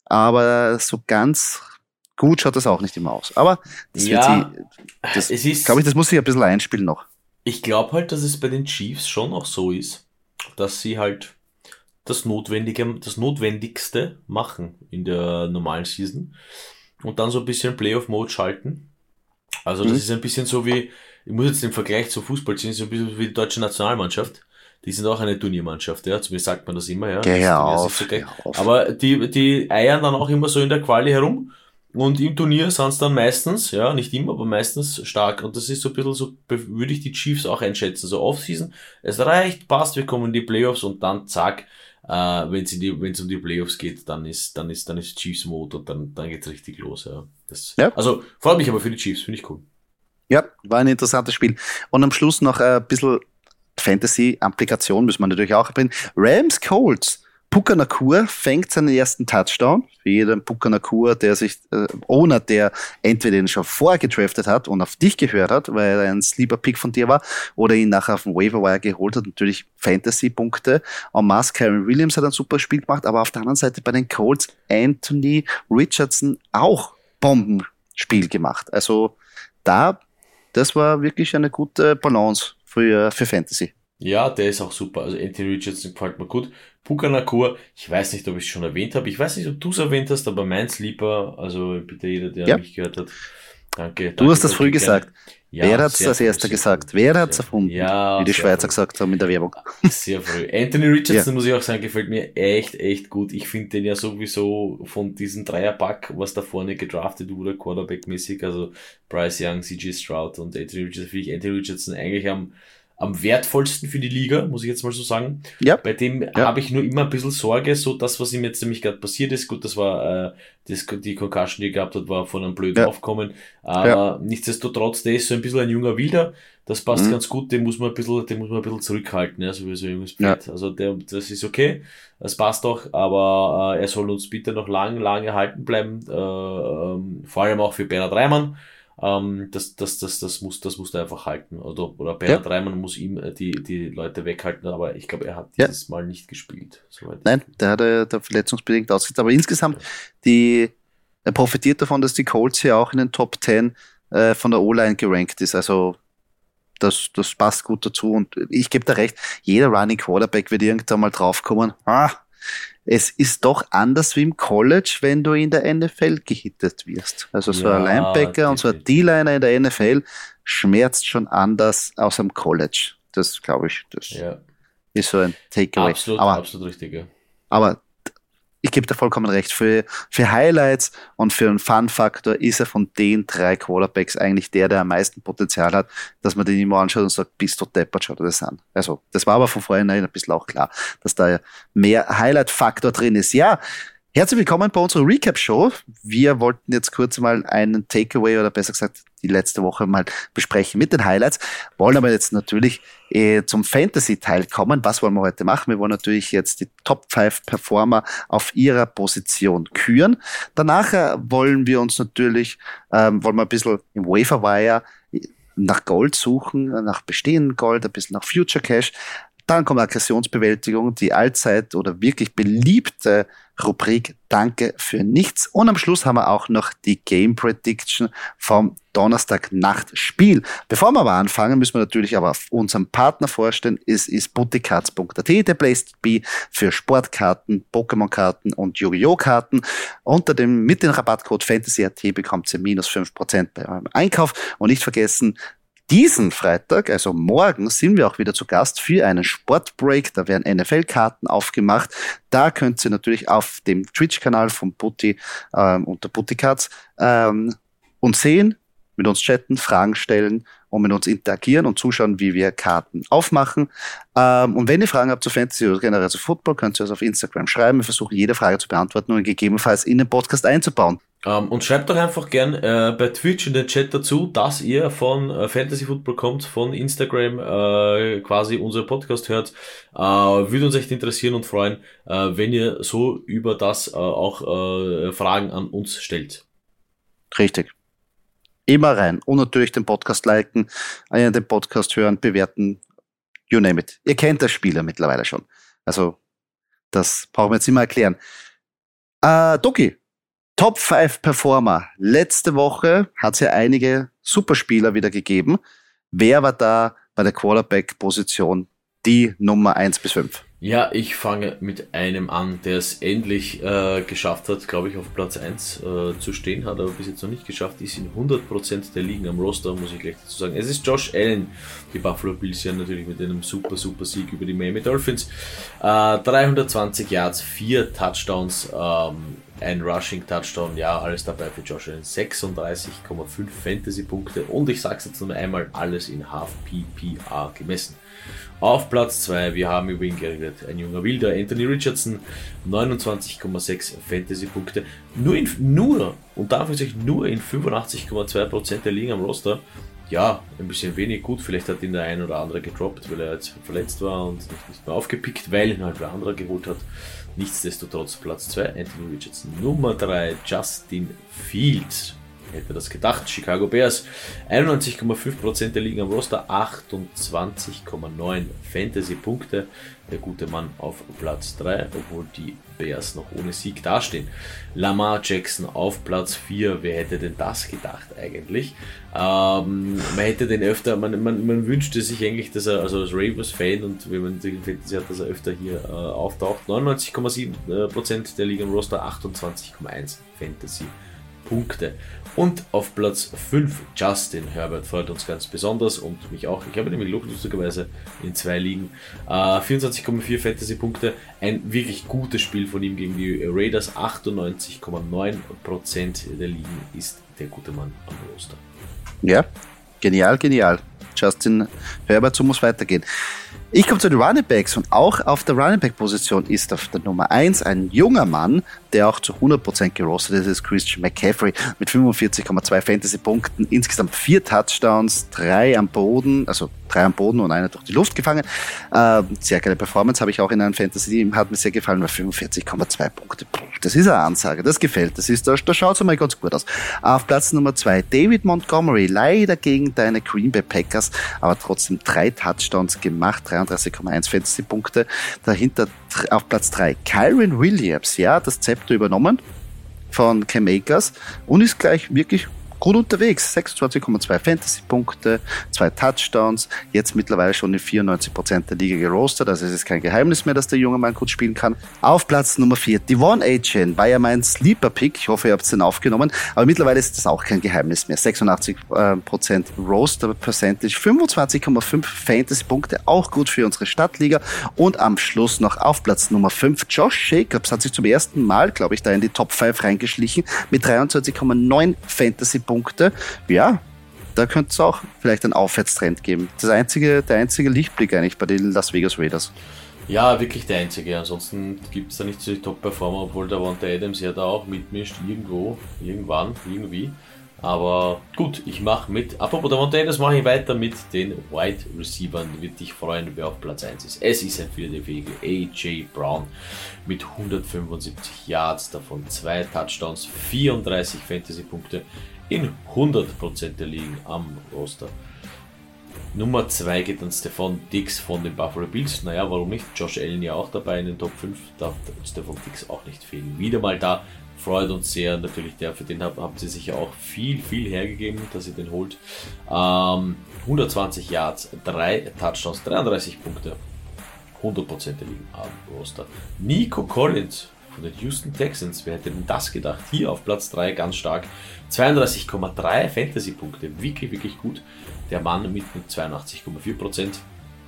Aber so ganz gut schaut das auch nicht immer aus. Aber das wird Ja, sie, das, es ist, glaube ich, das muss sich ein bisschen einspielen noch. ich glaube halt, dass es bei den Chiefs schon auch so ist, dass sie halt das Notwendige, das Notwendigste machen in der normalen Season und dann so ein bisschen Playoff-Mode schalten. Also das Mhm. ist ein bisschen so wie, ich muss jetzt den Vergleich zum Fußball ziehen, so ein bisschen wie die deutsche Nationalmannschaft. Die sind auch eine Turniermannschaft, ja, zumindest sagt man das immer, ja. Geh Das hör Turnier ist auf, nicht so geh geil. auf. Aber die, die eiern dann auch immer so in der Quali herum. Und im Turnier sind es dann meistens, ja, nicht immer, aber meistens stark. Und das ist so ein bisschen so, würde ich die Chiefs auch einschätzen. So Offseason, es reicht, passt, wir kommen in die Playoffs und dann zack, äh, wenn es in die, wenn es um die Playoffs geht, dann ist, dann ist, dann ist Chiefs Mode und dann, dann geht's richtig los, ja. Das, Ja. also, freut mich aber für die Chiefs, finde ich cool. Ja, war ein interessantes Spiel. Und am Schluss noch ein bisschen Fantasy-Applikation müssen wir natürlich auch bringen. Rams Colts. Puka Nacua fängt seinen ersten Touchdown. Für jeden Puka Nacua, der sich, äh, Owner, der entweder ihn schon vorgedraftet hat und auf dich gehört hat, weil er ein Sleeper-Pick von dir war, oder ihn nachher auf dem Waiver-Wire geholt hat, natürlich Fantasy-Punkte. En masse, Karen Williams hat ein super Spiel gemacht, aber auf der anderen Seite bei den Colts Anthony Richardson auch Bombenspiel gemacht. Also da, das war wirklich eine gute Balance für, für Fantasy. Ja, der ist auch super. Also Anthony Richardson gefällt mir gut. Puka Nacua, ich weiß nicht, ob ich es schon erwähnt habe. Ich weiß nicht, ob du es erwähnt hast, aber mein Sleeper, also bitte jeder, der Ja. mich gehört hat. Danke. Du danke, hast das danke, früh gerne. gesagt. Ja, Wer hat's sehr als früh, erster sehr gesagt? früh. Wer hat's Sehr- erfunden? Ja, Wie die sehr Schweizer früh. gesagt haben in der Werbung. Sehr früh. Anthony Richardson, muss ich auch sagen, gefällt mir echt, echt gut. Ich finde den ja sowieso von diesem Dreierpack, was da vorne gedraftet wurde, Quarterback-mäßig, also Bryce Young, C J Stroud und Anthony Richardson, finde ich Anthony Richardson eigentlich am, am wertvollsten für die Liga, muss ich jetzt mal so sagen. Ja. Bei dem Ja. habe ich nur immer ein bisschen Sorge, so das, was ihm jetzt nämlich gerade passiert ist. Gut, das war äh, das, die Concussion, die er gehabt hat, war von einem blöden Ja. Aufkommen. Aber Ja. nichtsdestotrotz, der ist so ein bisschen ein junger Wilder. Das passt Mhm. ganz gut, den muss man ein bisschen, den muss man ein bisschen zurückhalten, ja, so wie so ein junges Pferd. Also der, das ist okay, das passt auch, aber äh, er soll uns bitte noch lang, lange erhalten bleiben, äh, ähm, vor allem auch für Bernhard Reimann. Ähm, das, das, das, das muss, das muss er einfach halten. Oder, oder Bernhard Ja. Reimann muss ihm äh, die, die Leute weghalten, aber ich glaube, er hat Ja. dieses Mal nicht gespielt. Soweit ich- Nein, der hat er da verletzungsbedingt ausgesetzt. Aber insgesamt, die, er profitiert davon, dass die Colts ja auch in den Top zehn äh, von der O-Line gerankt ist. Also das, das passt gut dazu. Und ich gebe da recht, jeder Running Quarterback wird irgendwann mal draufkommen. Ah, es ist doch anders wie im College, wenn du in der N F L gehittet wirst. Also so Ja, ein Linebacker und so ein definitiv. D-Liner in der N F L schmerzt schon anders aus am College. Das glaube ich, das Ja, ist so ein Takeaway. absolut, aber, absolut richtig, ja. aber ich gebe dir vollkommen recht. Für, für Highlights und für einen Fun-Faktor ist er von den drei Quarterbacks eigentlich der, der am meisten Potenzial hat, dass man den immer anschaut und sagt, bist du deppert, schau dir das an. Also, das war aber von vornherein ein bisschen auch klar, dass da mehr Highlight-Faktor drin ist. Ja, herzlich willkommen bei unserer Recap-Show. Wir wollten jetzt kurz mal einen Takeaway oder besser gesagt die letzte Woche mal besprechen mit den Highlights, wollen aber jetzt natürlich äh, zum Fantasy-Teil kommen. Was wollen wir heute machen? Wir wollen natürlich jetzt die Top fünf Performer auf ihrer Position küren. Danach äh, wollen wir uns natürlich, ähm, wollen wir ein bisschen im Waiver-Wire nach Gold suchen, nach bestehendem Gold, ein bisschen nach Future Cash. Dann kommt Aggressionsbewältigung, die allzeit oder wirklich beliebte Rubrik Danke für nichts. Und am Schluss haben wir auch noch die Game Prediction vom Donnerstagnachtspiel. Bevor wir aber anfangen, müssen wir natürlich aber auf unseren Partner vorstellen. Es ist butticards punkt a t, der Place to be für Sportkarten, Pokémon-Karten und Yu-Gi-Oh! Karten. Unter dem, mit dem Rabattcode FANTASYAT bekommt ihr minus fünf Prozent bei eurem Einkauf. Und nicht vergessen, diesen Freitag, also morgen, sind wir auch wieder zu Gast für einen Sportbreak. Da werden N F L-Karten aufgemacht. Da könnt ihr natürlich auf dem Twitch-Kanal von Putti ähm, unter Butticards ähm, uns sehen, mit uns chatten, Fragen stellen und mit uns interagieren und zuschauen, wie wir Karten aufmachen. Ähm, und wenn ihr Fragen habt zu Fantasy oder generell zu Football, könnt ihr es auf Instagram schreiben. Wir versuchen, jede Frage zu beantworten und gegebenenfalls in den Podcast einzubauen. Um, und schreibt doch einfach gern äh, bei Twitch in den Chat dazu, dass ihr von äh, Fantasy Football kommt, von Instagram äh, quasi unser Podcast hört. Äh, würde uns echt interessieren und freuen, äh, wenn ihr so über das äh, auch äh, Fragen an uns stellt. Richtig. Immer rein. Und natürlich den Podcast liken, äh, den Podcast hören, bewerten, you name it. Ihr kennt das Spieler mittlerweile schon. Also, das brauchen wir jetzt immer erklären. Äh, Doki. Top fünf Performer. Letzte Woche hat es ja einige Superspieler wieder gegeben. Wer war da bei der Quarterback-Position die Nummer eins bis fünf? Ja, ich fange mit einem an, der es endlich äh, geschafft hat, glaube ich, auf Platz eins äh, zu stehen, hat aber bis jetzt noch nicht geschafft, ist in hundert Prozent der Ligen am Roster, muss ich gleich dazu sagen. Es ist Josh Allen, die Buffalo Bills ja natürlich mit einem super, super Sieg über die Miami Dolphins. Äh, dreihundertzwanzig Yards, vier Touchdowns, ähm, ein Rushing-Touchdown, ja, alles dabei für Josh Allen, sechsunddreißig Komma fünf Fantasy-Punkte und ich sag's jetzt noch einmal, alles in Half-P P R gemessen. Auf Platz zwei, wir haben über ihn geredet, ein junger Wilder, Anthony Richardson, neunundzwanzig Komma sechs Fantasy-Punkte, nur, in, nur, und dafür sich nur in fünfundachtzig Komma zwei Prozent der Ligen am Roster. Ja, ein bisschen wenig gut, vielleicht hat ihn der ein oder andere gedroppt, weil er jetzt verletzt war und nicht, nicht mehr aufgepickt, weil ihn halt wer anderer geholt hat. Nichtsdestotrotz Platz zwei, Anthony Richardson. Nummer drei, Justin Fields. Hätte das gedacht, Chicago Bears. einundneunzig Komma fünf Prozent der Ligen am Roster, achtundzwanzig Komma neun Fantasy-Punkte. Der gute Mann auf Platz drei, obwohl die Bears noch ohne Sieg dastehen. Lamar Jackson auf Platz vier. Wer hätte denn das gedacht eigentlich? Ähm, man hätte den öfter, man, man, man wünschte sich eigentlich, dass er, also als Ravens-Fan und wenn man den Fantasy hat, dass er öfter hier äh, auftaucht. neunundneunzig Komma sieben Prozent der Ligen am Roster, achtundzwanzig Komma eins Fantasy-Punkte. Und auf Platz fünf Justin Herbert freut uns ganz besonders und mich auch. Ich habe nämlich lustigerweise in zwei Ligen äh, vierundzwanzig Komma vier Fantasy-Punkte. Ein wirklich gutes Spiel von ihm gegen die Raiders. achtundneunzig Komma neun Prozent der Ligen ist der gute Mann am Roster. Ja, genial, genial. Justin Herbert, so muss weitergehen. Ich komme zu den Running Backs und auch auf der Running Back Position ist auf der Nummer eins ein junger Mann, der auch zu hundert Prozent gerostet ist, ist Christian McCaffrey mit fünfundvierzig Komma zwei Fantasy-Punkten, insgesamt vier Touchdowns, drei am Boden, also drei am Boden und einer durch die Luft gefangen. Ähm, sehr geile Performance, habe ich auch in einem Fantasy-Team, hat mir sehr gefallen, weil fünfundvierzig Komma zwei Punkte, das ist eine Ansage, das gefällt, das ist, da, da schaut es mal ganz gut aus. Auf Platz Nummer zwei David Montgomery, leider gegen deine Green Bay Packers, aber trotzdem drei Touchdowns gemacht, dreiunddreißig Komma eins Fantasy-Punkte. Dahinter auf Platz drei Kyren Williams, ja, das Zepter übernommen von Cam Akers und ist gleich wirklich gut unterwegs. sechsundzwanzig Komma zwei Fantasy-Punkte, zwei Touchdowns, jetzt mittlerweile schon in vierundneunzig Prozent der Liga gerostet, also es ist kein Geheimnis mehr, dass der junge Mann gut spielen kann. Auf Platz Nummer vier Devon Achane, war ja mein Sleeper-Pick, ich hoffe, ihr habt den aufgenommen, aber mittlerweile ist das auch kein Geheimnis mehr. sechsundachtzig Prozent Roster-Percentage, fünfundzwanzig Komma fünf Fantasy-Punkte, auch gut für unsere Stadtliga und am Schluss noch auf Platz Nummer fünf Josh Jacobs, hat sich zum ersten Mal, glaube ich, da in die Top fünf reingeschlichen mit dreiundzwanzig Komma neun Fantasy-Punkte. Ja, da könnte es auch vielleicht einen Aufwärtstrend geben. Das einzige, der einzige Lichtblick eigentlich bei den Las Vegas Raiders. Ja, wirklich der einzige. Ansonsten gibt es da nicht so die Top-Performer, obwohl der Davante Adams ja da auch mitmischt, irgendwo, irgendwann, irgendwie. Aber gut, ich mache mit. Apropos Davante Adams, mache ich weiter mit den Wide Receivern. Wird dich freuen, wer auf Platz eins ist. Es ist ein Philadelphia A J Brown mit hundertfünfundsiebzig Yards, davon zwei Touchdowns, vierunddreißig Fantasy-Punkte in hundert Prozent der Ligen am Roster. Nummer zwei geht an Stephon Diggs von den Buffalo Bills. Naja, warum nicht? Josh Allen ja auch dabei in den Top fünf. Darf Stephon Diggs auch nicht fehlen. Wieder mal da. Freut uns sehr. Natürlich, der, für den haben, haben sie sich ja auch viel, viel hergegeben, dass ihr den holt. Ähm, hundertzwanzig Yards, drei Touchdowns, dreiunddreißig Punkte. hundert Prozent der Ligen am Roster. Nico Collins von den Houston Texans. Wer hätte denn das gedacht? Hier auf Platz drei, ganz stark. zweiunddreißig Komma drei Fantasy-Punkte. Wirklich, wirklich gut. Der Mann mit zweiundachtzig Komma vier Prozent.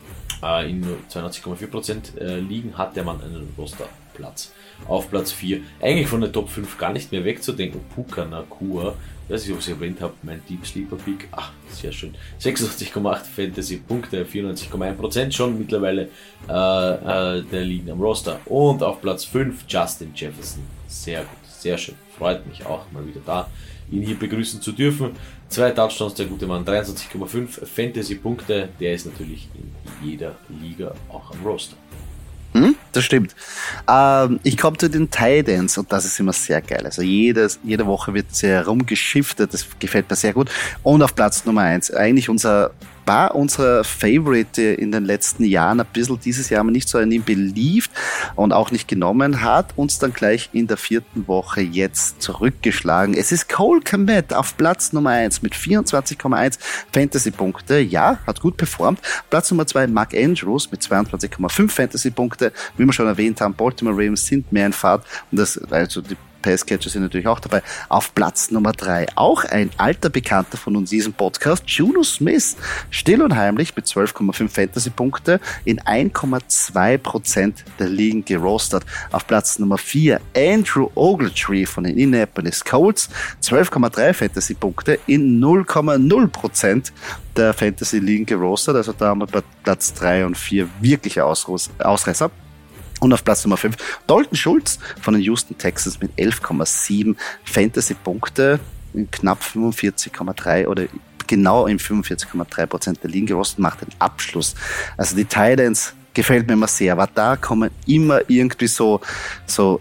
Äh, in zweiundachtzig Komma vier Prozent äh, Ligen hat der Mann einen Rosterplatz. Auf Platz vier. Eigentlich von der Top fünf gar nicht mehr wegzudenken. Puka Nacua. Ich weiß nicht, ob ich es erwähnt habe. Mein Deep Sleeper Pick. Ach, sehr schön. sechsundachtzig Komma acht Fantasy-Punkte. vierundneunzig Komma eins Prozent schon mittlerweile äh, äh, der Ligen am Roster. Und auf Platz fünf Justin Jefferson. Sehr gut. Sehr schön. Freut mich auch mal wieder da, ihn hier begrüßen zu dürfen. Zwei Touchdowns, der gute Mann, dreiundzwanzig Komma fünf Fantasy-Punkte. Der ist natürlich in jeder Liga auch am Roster. Hm, das stimmt. Ähm, ich komme zu den Tight Ends und das ist immer sehr geil. Also jedes, jede Woche wird sehr herumgeschiftet, das gefällt mir sehr gut. Und auf Platz Nummer eins, eigentlich unser war unser Favorite in den letzten Jahren, ein bisschen dieses Jahr haben wir nicht so an ihn beliebt und auch nicht genommen, hat uns dann gleich in der vierten Woche jetzt zurückgeschlagen. Es ist Cole Kmet auf Platz Nummer eins mit vierundzwanzig Komma eins Fantasy-Punkte. Ja, hat gut performt. Platz Nummer zwei Mark Andrews mit zweiundzwanzig Komma fünf Fantasy-Punkte. Wie wir schon erwähnt haben, Baltimore Ravens sind mehr in Fahrt und das, also die Passcatcher sind natürlich auch dabei. Auf Platz Nummer drei auch ein alter Bekannter von uns in diesem Podcast, Juno Smith, still und heimlich mit zwölf Komma fünf Fantasy-Punkte in eins Komma zwei Prozent der Ligen gerostet. Auf Platz Nummer vier Andrew Ogletree von den Indianapolis Colts, zwölf Komma drei Fantasy-Punkte in null Komma null Prozent der Fantasy-Ligen gerostet. Also da haben wir bei Platz drei und vier wirkliche Ausreißer. Und auf Platz Nummer fünf Dalton Schultz von den Houston Texans mit elf Komma sieben Fantasy-Punkte in knapp fünfundvierzig Komma drei oder genau in fünfundvierzig Komma drei Prozent der Ligen gerostet, macht den Abschluss. Also die Tight Ends gefällt mir immer sehr, aber da kommen immer irgendwie so, so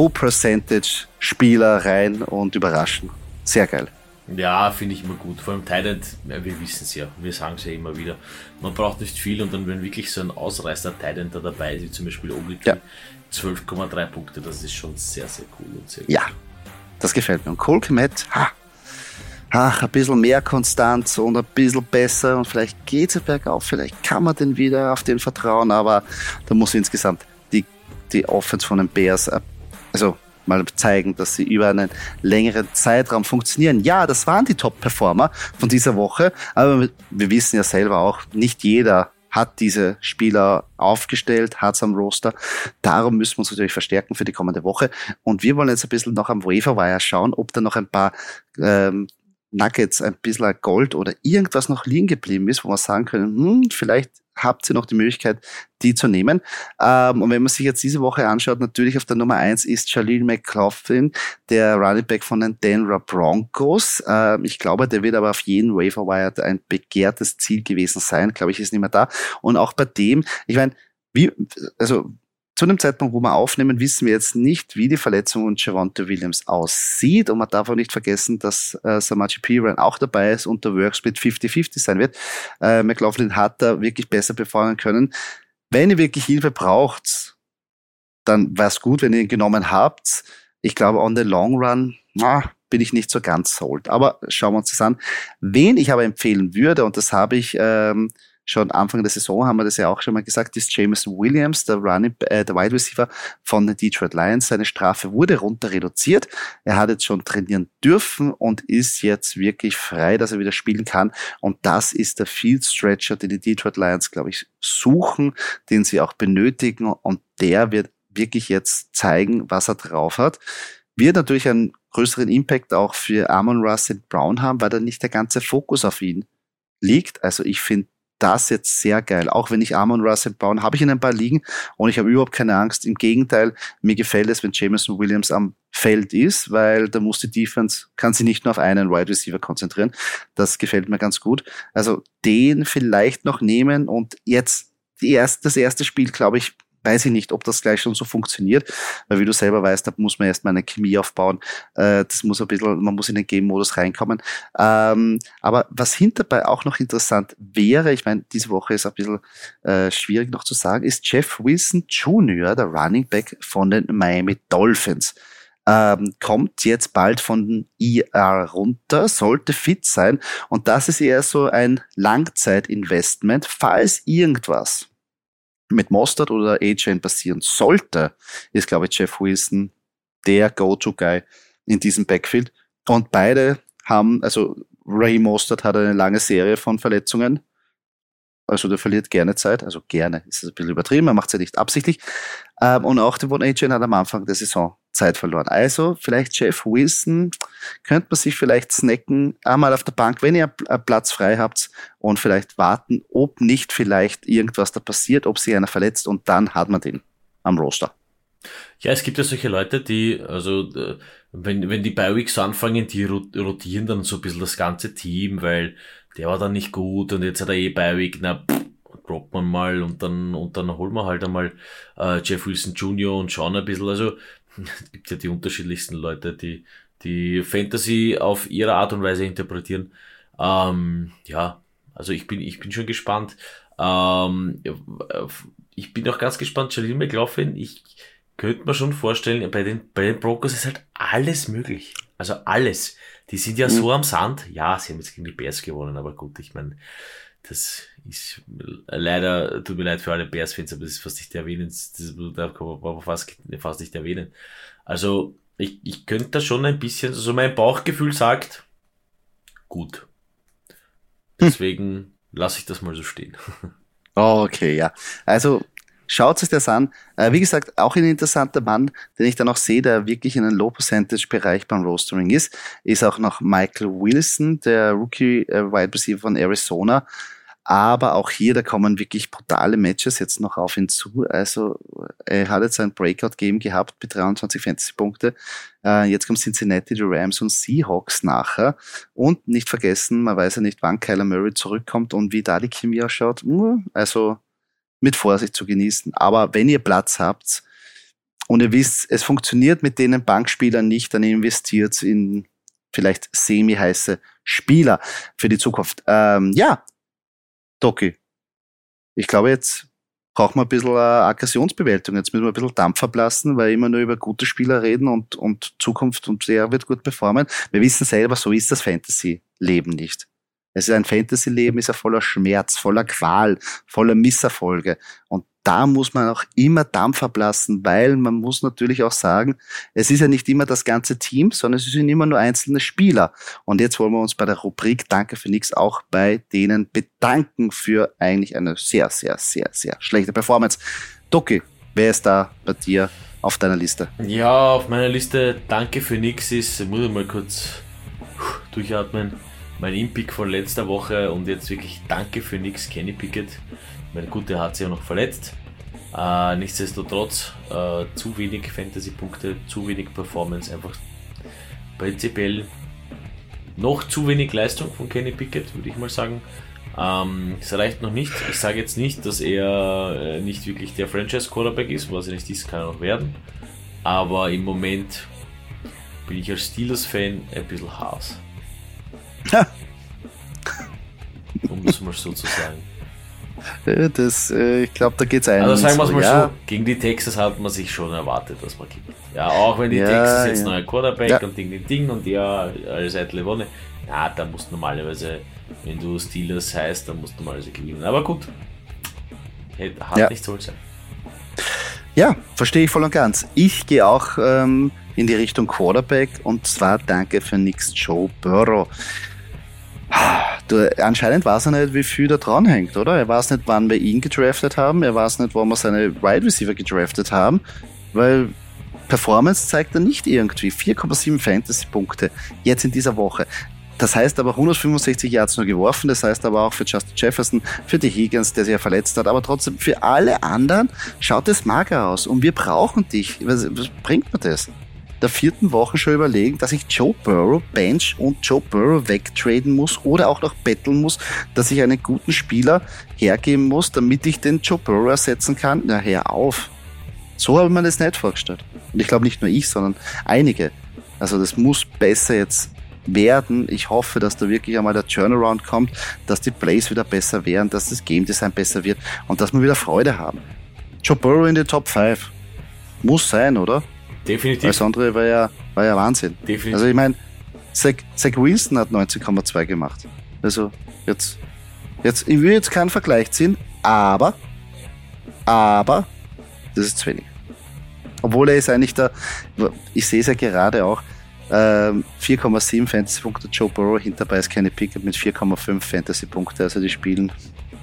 Low-Percentage-Spieler rein und überraschen. Sehr geil. Ja, finde ich immer gut. Vor allem Tight End, ja, wir wissen es ja, wir sagen es ja immer wieder. Man braucht nicht viel und dann, wenn wirklich so ein Ausreißer Tight End da dabei ist, wie zum Beispiel Ogletree, ja. zwölf Komma drei Punkte, das ist schon sehr, sehr cool und sehr gut. Ja, das gefällt mir. Und Cole Kmet, ha, ach, ein bisschen mehr Konstanz und ein bisschen besser und vielleicht geht es ja bergauf, vielleicht kann man den wieder auf den vertrauen, aber da muss insgesamt die, die Offense von den Bears, also mal zeigen, dass sie über einen längeren Zeitraum funktionieren. Ja, das waren die Top-Performer von dieser Woche, aber wir wissen ja selber auch, nicht jeder hat diese Spieler aufgestellt, hat es am Roster. Darum müssen wir uns natürlich verstärken für die kommende Woche. Und wir wollen jetzt ein bisschen noch am Waiver-Wire schauen, ob da noch ein paar ähm, Nuggets, ein bisschen Gold oder irgendwas noch liegen geblieben ist, wo wir sagen können, hm, vielleicht habt ihr noch die Möglichkeit, die zu nehmen. Ähm, und wenn man sich jetzt diese Woche anschaut, natürlich auf der Nummer eins ist Jaleel McLaughlin, der Running Back von den Denver Broncos. Ähm, ich glaube, der wird aber auf jeden Waiver-Wire ein begehrtes Ziel gewesen sein. Glaube ich, ist nicht mehr da. Und auch bei dem, ich meine, wie, also zu dem Zeitpunkt, wo wir aufnehmen, wissen wir jetzt nicht, wie die Verletzung von Javonte Williams aussieht. Und man darf auch nicht vergessen, dass äh, Samaje Perine auch dabei ist und der Worksplit fünfzig fünfzig sein wird. Äh, McLaughlin hat da wirklich besser performen können. Wenn ihr wirklich Hilfe braucht, dann wäre es gut, wenn ihr ihn genommen habt. Ich glaube, on the long run, na, bin ich nicht so ganz sold. Aber schauen wir uns das an. Wen ich aber empfehlen würde, und das habe ich ähm, schon Anfang der Saison, haben wir das ja auch schon mal gesagt, ist Jameson Williams, der Running, äh, der Wide Receiver von den Detroit Lions. Seine Strafe wurde runter reduziert. Er hat jetzt schon trainieren dürfen und ist jetzt wirklich frei, dass er wieder spielen kann. Und das ist der Field Stretcher, den die Detroit Lions, glaube ich, suchen, den sie auch benötigen. Und der wird wirklich jetzt zeigen, was er drauf hat. Wird natürlich einen größeren Impact auch für Amon-Ra Saint Brown haben, weil da nicht der ganze Fokus auf ihn liegt. Also ich finde das jetzt sehr geil. Auch wenn ich Amon-Ra Saint Brown habe ich in ein paar Ligen und ich habe überhaupt keine Angst. Im Gegenteil, mir gefällt es, wenn Jameson Williams am Feld ist, weil da muss die Defense, kann sich nicht nur auf einen Wide Receiver konzentrieren. Das gefällt mir ganz gut. Also den vielleicht noch nehmen und jetzt die erste, das erste Spiel, glaube ich, weiß ich nicht, ob das gleich schon so funktioniert, weil wie du selber weißt, da muss man erstmal eine Chemie aufbauen, äh, das muss ein bisschen, man muss in den Game-Modus reinkommen. Ähm, aber was hinterbei auch noch interessant wäre, ich meine, diese Woche ist ein bisschen äh, schwierig noch zu sagen, ist Jeff Wilson Junior, der Running Back von den Miami Dolphins. Ähm, kommt jetzt bald von den I R runter, sollte fit sein und das ist eher so ein Langzeitinvestment, falls irgendwas mit Mostert oder A-Chain passieren sollte, ist, glaube ich, Jeff Wilson der Go-To-Guy in diesem Backfield. Und beide haben, also Raheem Mostert hat eine lange Serie von Verletzungen. Also der verliert gerne Zeit, also gerne, ist ein bisschen übertrieben, er macht es ja nicht absichtlich. Ähm, und auch Devon A-Chain hat am Anfang der Saison Zeit verloren. Also vielleicht Jeff Wilson, könnte man sich vielleicht snacken, einmal auf der Bank, wenn ihr einen Platz frei habt und vielleicht warten, ob nicht vielleicht irgendwas da passiert, ob sich einer verletzt und dann hat man den am Roster. Ja, es gibt ja solche Leute, die, also wenn wenn die Bi-Weeks anfangen, die rotieren dann so ein bisschen das ganze Team, weil der war dann nicht gut und jetzt hat er eh Bi-Week, na pff, droppt man mal und dann und dann holen wir halt einmal äh, Jeff Wilson Junior und schauen ein bisschen, also es gibt ja die unterschiedlichsten Leute, die die Fantasy auf ihre Art und Weise interpretieren. Ähm, ja, also ich bin ich bin schon gespannt. Ähm, ich bin auch ganz gespannt, Jaleel McLaughlin, ich könnte mir schon vorstellen, bei den bei den Broncos ist halt alles möglich. Also alles. Die sind ja mhm. so am Sand. Ja, sie haben jetzt gegen die Bears gewonnen, aber gut, ich meine, das ist leider, tut mir leid für alle Bears-Fans, aber das ist fast nicht erwähnen. Das darf man fast, fast nicht erwähnen. Also, ich, ich könnte da schon ein bisschen, also mein Bauchgefühl sagt, gut. Deswegen hm. lasse ich das mal so stehen. Oh, okay, ja. Also, schaut sich das an. Äh, wie gesagt, auch ein interessanter Mann, den ich dann auch sehe, der wirklich in einem Low-Percentage-Bereich beim Rostering ist, ist auch noch Michael Wilson, der Rookie-Wide Receiver von Arizona. Aber auch hier, da kommen wirklich brutale Matches jetzt noch auf ihn zu. Also er hat jetzt ein Breakout-Game gehabt mit dreiundzwanzig Fantasy-Punkte. Äh, jetzt kommen Cincinnati, die Rams und Seahawks nachher. Und nicht vergessen, man weiß ja nicht, wann Kyler Murray zurückkommt und wie da die Chemie ausschaut. Also mit Vorsicht zu genießen. Aber wenn ihr Platz habt und ihr wisst, es funktioniert mit denen Bankspielern nicht, dann investiert in vielleicht semi-heiße Spieler für die Zukunft. Ähm, ja, Doki, ich glaube, jetzt brauchen wir ein bisschen Aggressionsbewältigung. Jetzt müssen wir ein bisschen Dampf ablassen, weil immer nur über gute Spieler reden und, und Zukunft und der wird gut performen. Wir wissen selber, so ist das Fantasy-Leben nicht. Es ist ein Fantasy-Leben, ist ja voller Schmerz, voller Qual, voller Misserfolge. Und da muss man auch immer Dampf ablassen, weil man muss natürlich auch sagen, es ist ja nicht immer das ganze Team, sondern es sind immer nur einzelne Spieler. Und jetzt wollen wir uns bei der Rubrik Danke für nix auch bei denen bedanken für eigentlich eine sehr, sehr, sehr, sehr schlechte Performance. Doki, wer ist da bei dir auf deiner Liste? Ja, auf meiner Liste Danke für nix ist, ich muss mal kurz durchatmen, mein Impick von letzter Woche und jetzt wirklich Danke für nix, Kenny Pickett. Meine Gute hat sich ja noch verletzt. Äh, nichtsdestotrotz äh, zu wenig Fantasy-Punkte, zu wenig Performance, einfach prinzipiell noch zu wenig Leistung von Kenny Pickett, würde ich mal sagen. Ähm, es reicht noch nicht. Ich sage jetzt nicht, dass er äh, nicht wirklich der Franchise-Quarterback ist, was er nicht ist, kann er noch werden. Aber im Moment bin ich als Steelers-Fan ein bisschen Haas. Um das mal so zu sagen. Das, äh, ich glaube, da geht's ein. Also sagen wir es so, mal ja. so, gegen die Texas hat man sich schon erwartet, dass man gewinnt. Ja, auch wenn die ja, Texas jetzt ja. neuer Quarterback ja. und Ding, Ding, Ding und ja, alles eitle Wonne. Ja, da musst du normalerweise, wenn du Steelers heißt, dann musst du normalerweise gewinnen. Aber gut, hat ja. nicht so sein. Ja, verstehe ich voll und ganz. Ich gehe auch ähm, in die Richtung Quarterback und zwar Danke für nix Joe Burrow. Du, anscheinend weiß er nicht, wie viel da dran hängt, oder? Er weiß nicht, wann wir ihn gedraftet haben, er weiß nicht, wann wir seine Wide Receiver gedraftet haben, weil Performance zeigt er nicht irgendwie. vier Komma sieben Fantasy-Punkte jetzt in dieser Woche. Das heißt aber hundertfünfundsechzig Yards nur geworfen, das heißt aber auch für Justin Jefferson, für die Higgins, der sich ja verletzt hat, aber trotzdem für alle anderen schaut es mager aus und wir brauchen dich. Was, was bringt mir das? der vierten Woche schon überlegen, dass ich Joe Burrow bench und Joe Burrow wegtraden muss oder auch noch betteln muss, dass ich einen guten Spieler hergeben muss, damit ich den Joe Burrow ersetzen kann? Na, hör auf. So habe ich mir das nicht vorgestellt. Und ich glaube nicht nur ich, sondern einige. Also das muss besser jetzt werden. Ich hoffe, dass da wirklich einmal der Turnaround kommt, dass die Plays wieder besser werden, dass das Game Design besser wird und dass wir wieder Freude haben. Joe Burrow in den Top fünf. Muss sein, oder? Definitiv. Alles andere war ja, war ja Wahnsinn. Definitiv. Also ich meine, Zach, Zach Wilson hat neunzehn Komma zwei gemacht. Also jetzt, jetzt, ich will jetzt keinen Vergleich ziehen, aber, aber, das ist zu wenig. Obwohl er ist eigentlich der, ich sehe es ja gerade auch, ähm, vier Komma sieben Fantasy-Punkte Joe Burrow, hinterbei ist Kenny Pickett mit vier Komma fünf Fantasy-Punkte, also die spielen,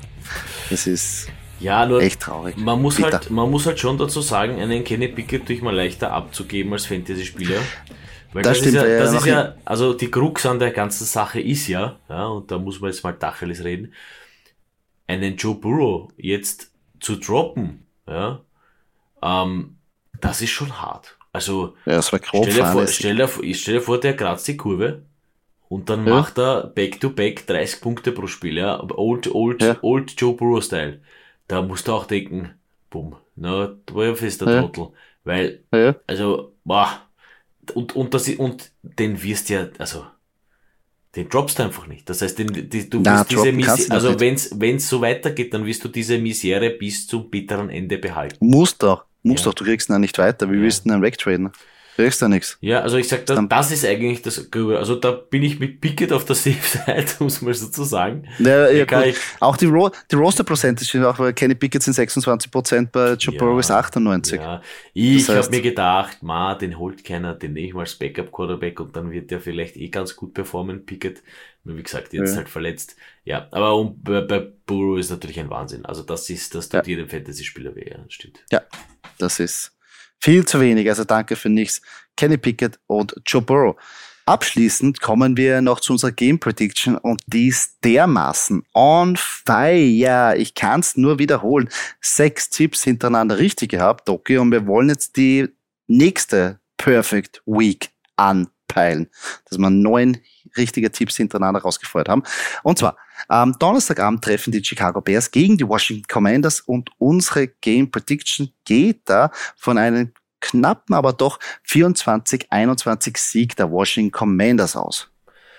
das ist ja, nur echt traurig. Man muss, Bitter. halt, man muss halt schon dazu sagen, einen Kenny Pickett tue ich mal leichter abzugeben als Fantasy-Spieler. Weil das, das stimmt, ist ja, ja, das noch ist ja, also die Krux an der ganzen Sache ist ja, ja, und da muss man jetzt mal Tacheles reden, einen Joe Burrow jetzt zu droppen, ja, ähm, das ist schon hart. Also, ja, das war grob stell, dir vor, fahrlässig. stell, dir, vor- stell dir vor, der kratzt die Kurve und dann Ja. macht er Back-to-Back dreißig Punkte pro Spiel, ja, Old, old, Ja. old Joe Burrow-Style. Da musst du auch denken, bumm, na, da war ja fest der Ja. Trottel. Weil, Ja. also, boah, und, und, das, und den wirst ja, also, den droppst du einfach nicht. Das heißt, den, die, du Na, wirst diese droppen kannst Misere, du also noch wenn's, wenn's so weitergeht, dann wirst du diese Misere bis zum bitteren Ende behalten. Muss doch, muss Ja. doch, du kriegst ihn ja nicht weiter. Wie Ja. willst du ihn wegtraden? Du kriegst ja nichts. Ja, also ich sag, das, Dann- das ist eigentlich das Gröbe. Also da bin ich mit Pickett auf der Safe-Side, muss man so zu sagen. Ja, ja, Kann gut. ich- Auch die, Ro die Roster-Percentage, auch bei Kenny Pickett sind sechsundzwanzig Prozent, bei Joe Ja. Burrow ist achtundneunzig. Ja, ich Das heißt- habe mir gedacht, ma, den holt keiner, den nehme ich mal als Backup-Quarterback und dann wird der vielleicht eh ganz gut performen, Pickett. Nur wie gesagt, jetzt Ja. halt verletzt. Ja, aber um, bei, bei Burrow ist natürlich ein Wahnsinn. Also das ist, das tut Ja. jedem Fantasy-Spieler weh, ja, das stimmt. Ja, das ist viel zu wenig. Also danke für nichts. Kenny Pickett und Joe Burrow. Abschließend kommen wir noch zu unserer Game Prediction und die ist dermaßen on fire. Ich kann es nur wiederholen. Sechs Tipps hintereinander richtig gehabt, Doki, und wir wollen jetzt die nächste Perfect Week anpeilen, dass wir neun richtige Tipps hintereinander rausgefeuert haben. Und zwar, am Donnerstagabend treffen die Chicago Bears gegen die Washington Commanders und unsere Game Prediction geht da von einem knappen, aber doch vierundzwanzig einundzwanzig Sieg der Washington Commanders aus.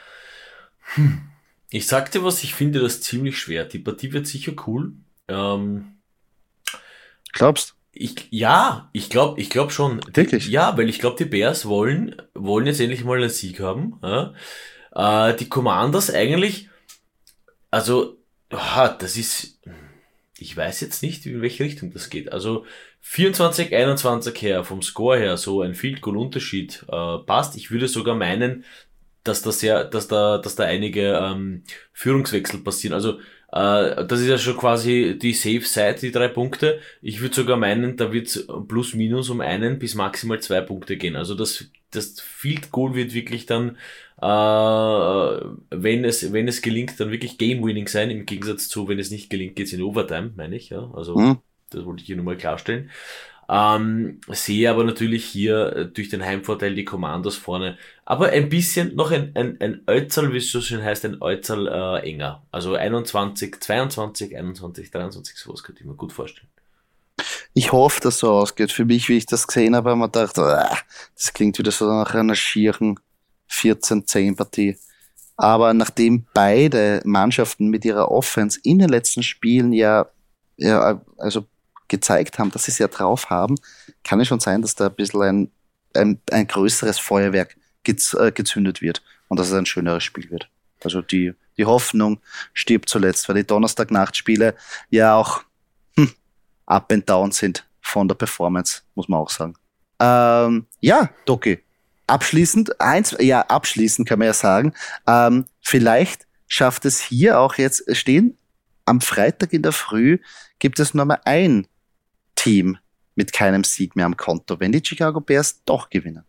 Ich sag dir was, ich finde das ziemlich schwer. Die Partie wird sicher cool. Ähm, Glaubst? Ich, ja, ich glaube ich glaub schon. Wirklich? Die, ja, weil ich glaube, die Bears wollen, wollen jetzt endlich mal einen Sieg haben. Ja. Äh, die Commanders eigentlich, also, ah, das ist, ich weiß jetzt nicht, in welche Richtung das geht. Also vierundzwanzig einundzwanzig her, vom Score her, so ein Field Goal Unterschied äh, passt. Ich würde sogar meinen, dass das ja, dass da, dass da einige ähm, Führungswechsel passieren. Also äh, das ist ja schon quasi die Safe Side, die drei Punkte. Ich würde sogar meinen, da wird plus minus um einen bis maximal zwei Punkte gehen. Also das, das Field Goal wird wirklich dann, äh, wenn es, wenn es gelingt, dann wirklich Game Winning sein. Im Gegensatz zu, wenn es nicht gelingt, geht's in Overtime, meine ich. Ja, also Hm? das wollte ich hier nur mal klarstellen. Ähm, sehe aber natürlich hier äh, durch den Heimvorteil die Commandos vorne. Aber ein bisschen noch ein, ein, ein Ötzerl, wie es so schön heißt, ein Ötzerl äh, enger. Also einundzwanzig, zweiundzwanzig, einundzwanzig, dreiundzwanzig, sowas könnte ich mir gut vorstellen. Ich hoffe, dass so ausgeht. Für mich, wie ich das gesehen habe, habe ich mir gedacht, ah, das klingt wieder so nach einer schieren vierzehn zehn Partie. Aber nachdem beide Mannschaften mit ihrer Offense in den letzten Spielen ja, ja also gezeigt haben, dass sie es ja drauf haben, kann es schon sein, dass da ein bisschen ein, ein, ein größeres Feuerwerk gez, äh, gezündet wird und dass es ein schöneres Spiel wird. Also die, die Hoffnung stirbt zuletzt, weil die Donnerstag-Nachtspiele ja auch hm, up and down sind von der Performance, muss man auch sagen. Ähm, ja, Doki, abschließend, eins, ja, abschließend kann man ja sagen, ähm, vielleicht schafft es hier auch jetzt stehen, am Freitag in der Früh gibt es nur mal ein Team mit keinem Sieg mehr am Konto, wenn die Chicago Bears doch gewinnen.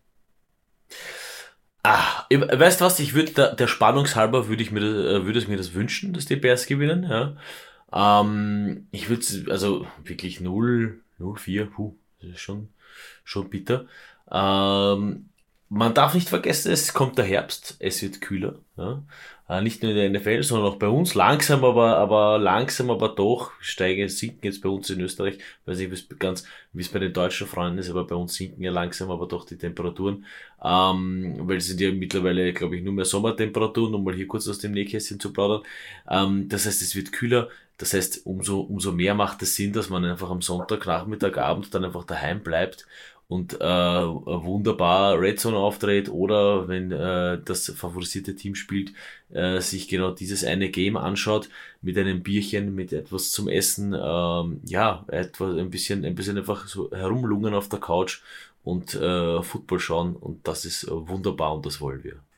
Ah, weißt du was, ich würde, der, der Spannungshalber würde ich mir, das- würde es mir das wünschen, dass die Bears gewinnen, ja. Ähm, ich würde, also wirklich null, null, vier, puh, das ist schon, schon bitter. Ähm, man darf nicht vergessen, es kommt der Herbst, es wird kühler. Ja? Äh, Nicht nur in der N F L, sondern auch bei uns. Langsam, aber, aber langsam, aber doch steigen, sinken jetzt bei uns in Österreich. Ich weiß nicht, wie es ganz, wie es bei den deutschen Freunden ist, aber bei uns sinken ja langsam, aber doch die Temperaturen. Ähm, weil es sind ja mittlerweile, glaube ich, nur mehr Sommertemperaturen, um mal hier kurz aus dem Nähkästchen zu plaudern. Ähm, das heißt, es wird kühler. Das heißt, umso, umso mehr macht es Sinn, dass man einfach am Sonntag, Nachmittag, Abend dann einfach daheim bleibt und äh, wunderbar Red Zone auftritt oder wenn äh, das favorisierte Team spielt, äh, sich genau dieses eine Game anschaut mit einem Bierchen, mit etwas zum Essen, ähm, ja, etwas ein bisschen, ein bisschen einfach so herumlungern auf der Couch und äh, Football schauen und das ist äh, wunderbar und das wollen wir.